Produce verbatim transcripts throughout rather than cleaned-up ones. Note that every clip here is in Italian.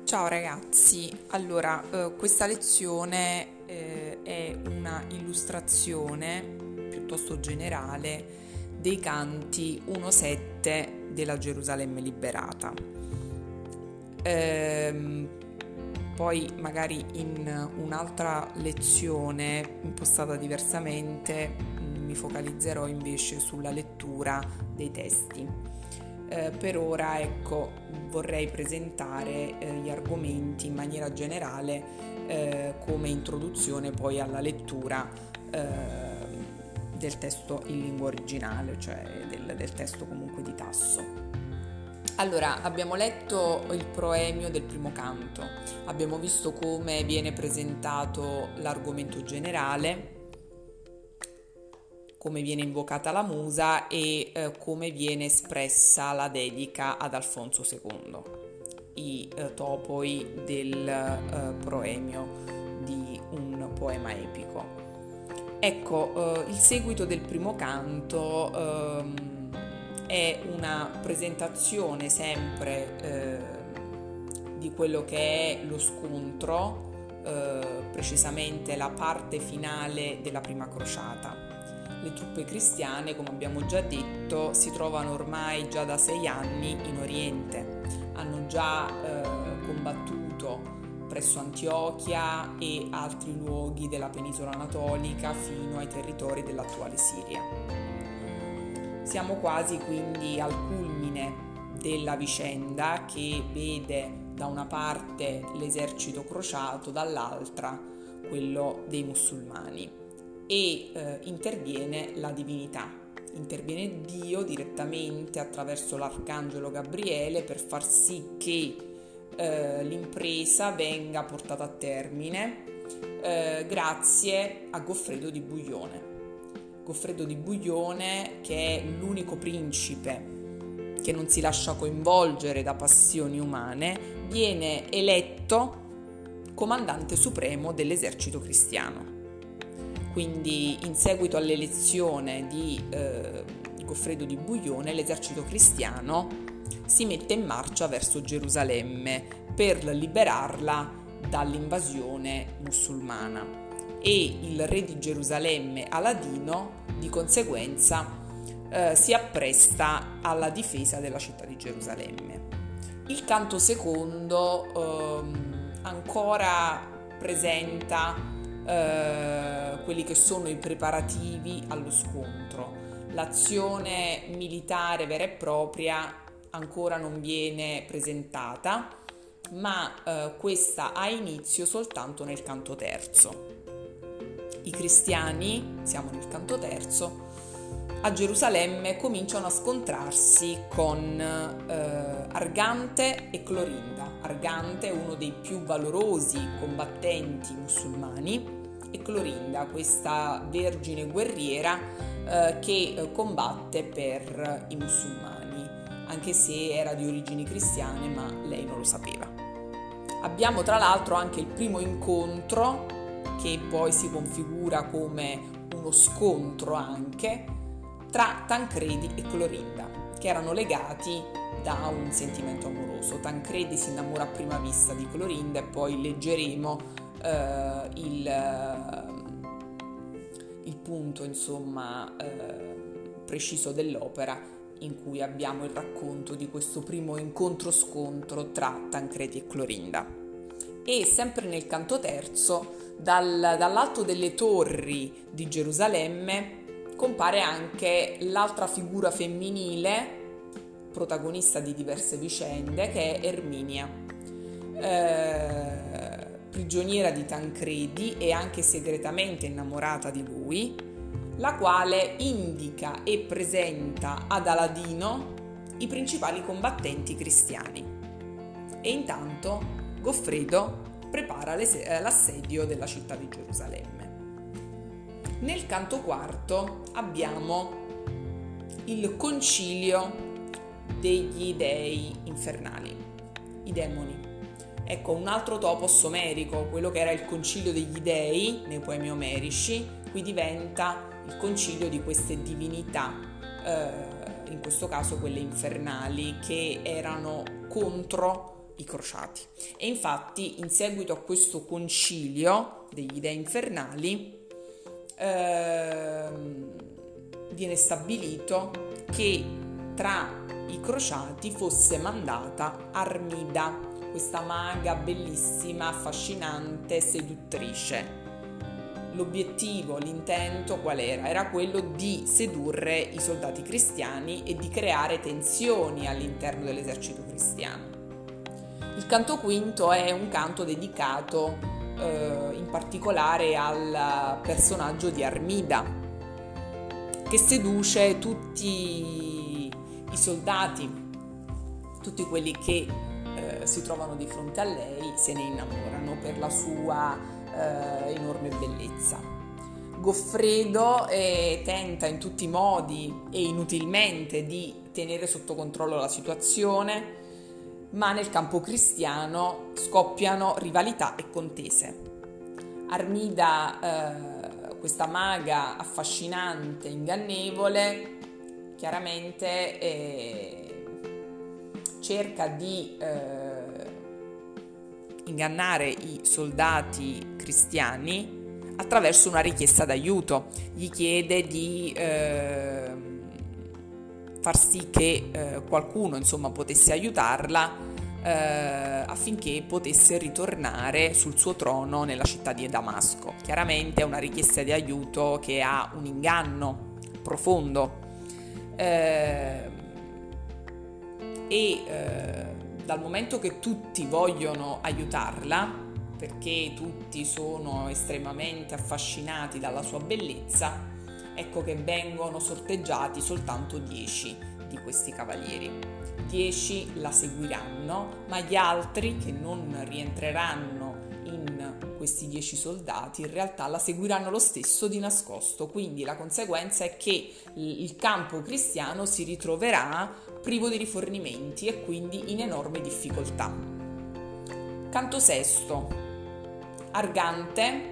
Ciao ragazzi, allora eh, questa lezione eh, è una illustrazione piuttosto generale dei canti uno sette della Gerusalemme liberata. Ehm, poi magari in un'altra lezione impostata diversamente mh, mi focalizzerò invece sulla lettura dei testi. Eh, per ora, ecco, vorrei presentare eh, gli argomenti in maniera generale eh, come introduzione poi alla lettura eh, del testo in lingua originale, cioè del, del testo comunque di Tasso. Allora, abbiamo letto il proemio del primo canto, abbiamo visto come viene presentato l'argomento generale, come viene invocata la musa e eh, come viene espressa la dedica ad Alfonso secondo, i eh, topoi del eh, proemio di un poema epico. Ecco, eh, il seguito del primo canto ehm, è una presentazione sempre eh, di quello che è lo scontro, eh, precisamente la parte finale della prima crociata. Le truppe cristiane, come abbiamo già detto, si trovano ormai già da sei anni in Oriente. Hanno già eh, combattuto presso Antiochia e altri luoghi della penisola anatolica fino ai territori dell'attuale Siria. Siamo quasi quindi al culmine della vicenda che vede da una parte l'esercito crociato, dall'altra quello dei musulmani. E eh, interviene la divinità, interviene Dio direttamente attraverso l'arcangelo Gabriele per far sì che eh, l'impresa venga portata a termine eh, grazie a Goffredo di Buglione. Goffredo di Buglione, che è l'unico principe che non si lascia coinvolgere da passioni umane, viene eletto comandante supremo dell'esercito cristiano. Quindi in seguito all'elezione di eh, Goffredo di Buglione, l'esercito cristiano si mette in marcia verso Gerusalemme per liberarla dall'invasione musulmana e il re di Gerusalemme, Aladino, di conseguenza eh, si appresta alla difesa della città di Gerusalemme. Il canto secondo ehm, ancora presenta Uh, quelli che sono i preparativi allo scontro. L'azione militare vera e propria ancora non viene presentata, ma uh, questa ha inizio soltanto nel canto terzo. I cristiani, siamo nel canto terzo, a Gerusalemme cominciano a scontrarsi con uh, Argante e Clorinda. Argante è uno dei più valorosi combattenti musulmani, e Clorinda, questa vergine guerriera eh, che eh, combatte per i musulmani, anche se era di origini cristiane, ma lei non lo sapeva. Abbiamo tra l'altro anche il primo incontro, che poi si configura come uno scontro anche, tra Tancredi e Clorinda, che erano legati da un sentimento amoroso. Tancredi si innamora a prima vista di Clorinda e poi leggeremo Uh, il, uh, il punto insomma uh, preciso dell'opera in cui abbiamo il racconto di questo primo incontro-scontro tra Tancredi e Clorinda. E sempre nel canto terzo, dal, dall'alto delle torri di Gerusalemme compare anche l'altra figura femminile, protagonista di diverse vicende, che è Erminia. Uh, prigioniera di Tancredi e anche segretamente innamorata di lui, la quale indica e presenta ad Aladino i principali combattenti cristiani. E intanto Goffredo prepara l'assedio della città di Gerusalemme. Nel canto quarto abbiamo il concilio degli dei infernali, i demoni. Ecco, un altro topos omerico, quello che era il concilio degli dei nei poemi omerici, qui diventa il concilio di queste divinità, eh, in questo caso quelle infernali, che erano contro i crociati. E infatti in seguito a questo concilio degli dei infernali ehm, viene stabilito che tra i crociati fosse mandata Armida, questa maga bellissima, affascinante, seduttrice. L'obiettivo, l'intento qual era? Era quello di sedurre i soldati cristiani e di creare tensioni all'interno dell'esercito cristiano. Il canto quinto è un canto dedicato eh, in particolare al personaggio di Armida, che seduce tutti i soldati, tutti quelli che eh, si trovano di fronte a lei, se ne innamorano per la sua eh, enorme bellezza. Goffredo eh, tenta in tutti i modi e inutilmente di tenere sotto controllo la situazione, ma nel campo cristiano scoppiano rivalità e contese. Armida, eh, questa maga affascinante, ingannevole, chiaramente eh, cerca di eh, ingannare i soldati cristiani attraverso una richiesta d'aiuto. Gli chiede di eh, far sì che eh, qualcuno insomma potesse aiutarla eh, affinché potesse ritornare sul suo trono nella città di Damasco. Chiaramente è una richiesta di aiuto che ha un inganno profondo eh, e eh, dal momento che tutti vogliono aiutarla, perché tutti sono estremamente affascinati dalla sua bellezza, ecco che vengono sorteggiati soltanto dieci di questi cavalieri. Dieci la seguiranno, ma gli altri che non rientreranno in questi dieci soldati in realtà la seguiranno lo stesso di nascosto. Quindi la conseguenza è che il campo cristiano si ritroverà privo di rifornimenti e quindi in enorme difficoltà. Canto sesto. Argante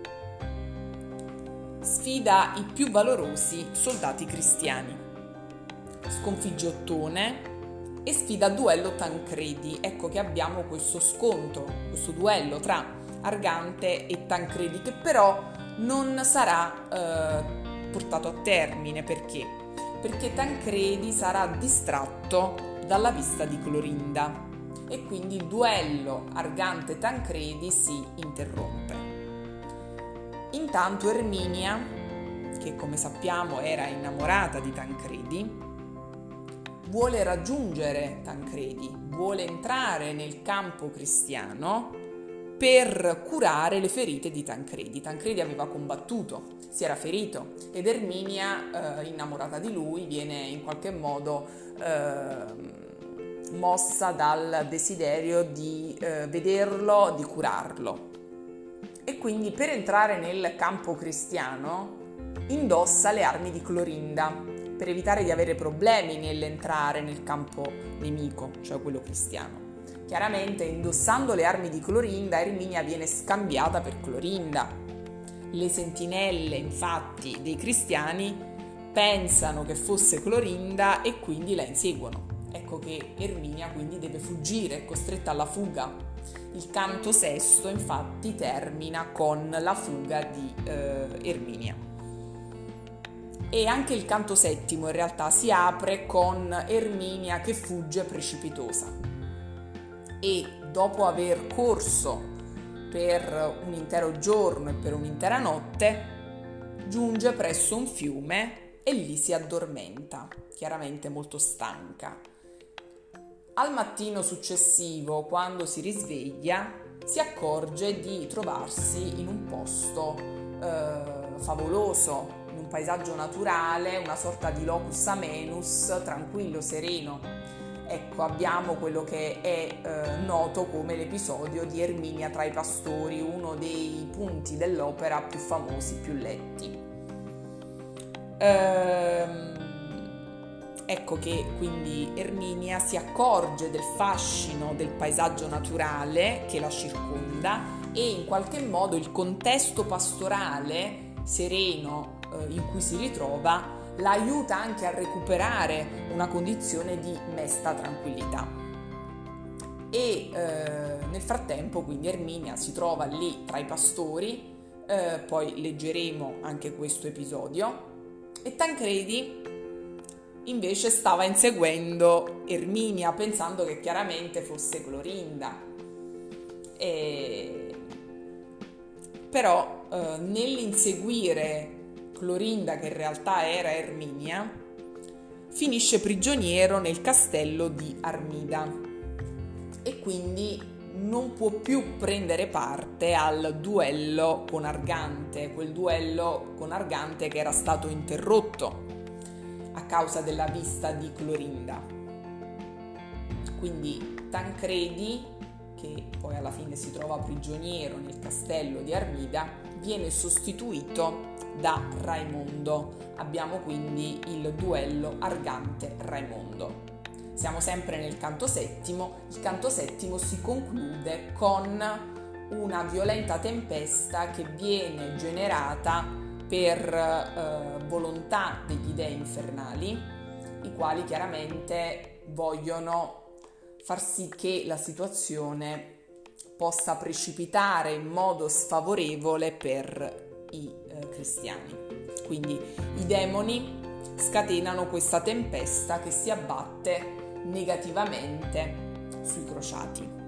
sfida i più valorosi soldati cristiani, sconfigge Ottone e sfida a duello Tancredi. Ecco che abbiamo questo scontro, questo duello tra Argante e Tancredi, che però non sarà eh, portato a termine. Perché? Perché Tancredi sarà distratto dalla vista di Clorinda e quindi il duello Argante-Tancredi si interrompe. Intanto Erminia, che come sappiamo era innamorata di Tancredi, vuole raggiungere Tancredi, vuole entrare nel campo cristiano per curare le ferite di Tancredi. Tancredi aveva combattuto, si era ferito ed Erminia, eh, innamorata di lui, viene in qualche modo eh, mossa dal desiderio di eh, vederlo, di curarlo. E quindi per entrare nel campo cristiano indossa le armi di Clorinda per evitare di avere problemi nell'entrare nel campo nemico, cioè quello cristiano. Chiaramente indossando le armi di Clorinda, Erminia viene scambiata per Clorinda. Le sentinelle infatti dei cristiani pensano che fosse Clorinda e quindi la inseguono. Ecco che Erminia quindi deve fuggire, è costretta alla fuga. Il canto sesto infatti termina con la fuga di eh, Erminia. E anche il canto settimo in realtà si apre con Erminia che fugge precipitosa e dopo aver corso per un intero giorno e per un'intera notte giunge presso un fiume e lì si addormenta, chiaramente molto stanca. Al mattino successivo, quando si risveglia, si accorge di trovarsi in un posto eh, favoloso, in un paesaggio naturale, una sorta di locus amenus, tranquillo, sereno. Ecco, abbiamo quello che è eh, noto come l'episodio di Erminia tra i pastori, uno dei punti dell'opera più famosi, più letti. Ehm... Ecco che quindi Erminia si accorge del fascino del paesaggio naturale che la circonda e in qualche modo il contesto pastorale sereno eh, in cui si ritrova la aiuta anche a recuperare una condizione di mesta tranquillità. e eh, nel frattempo quindi Erminia si trova lì tra i pastori, eh, poi leggeremo anche questo episodio, e Tancredi invece stava inseguendo Erminia pensando che chiaramente fosse Clorinda. E... però eh, nell'inseguire Clorinda, che in realtà era Erminia, finisce prigioniero nel castello di Armida e quindi non può più prendere parte al duello con Argante, quel duello con Argante che era stato interrotto a causa della vista di Clorinda. Quindi Tancredi, che poi alla fine si trova prigioniero nel castello di Armida, viene sostituito da Raimondo. Abbiamo quindi il duello Argante-Raimondo. Siamo sempre nel canto settimo. Il canto settimo si conclude con una violenta tempesta che viene generata per eh, volontà degli dei infernali, i quali chiaramente vogliono far sì che la situazione possa precipitare in modo sfavorevole per i eh, cristiani. Quindi i demoni scatenano questa tempesta che si abbatte negativamente sui crociati.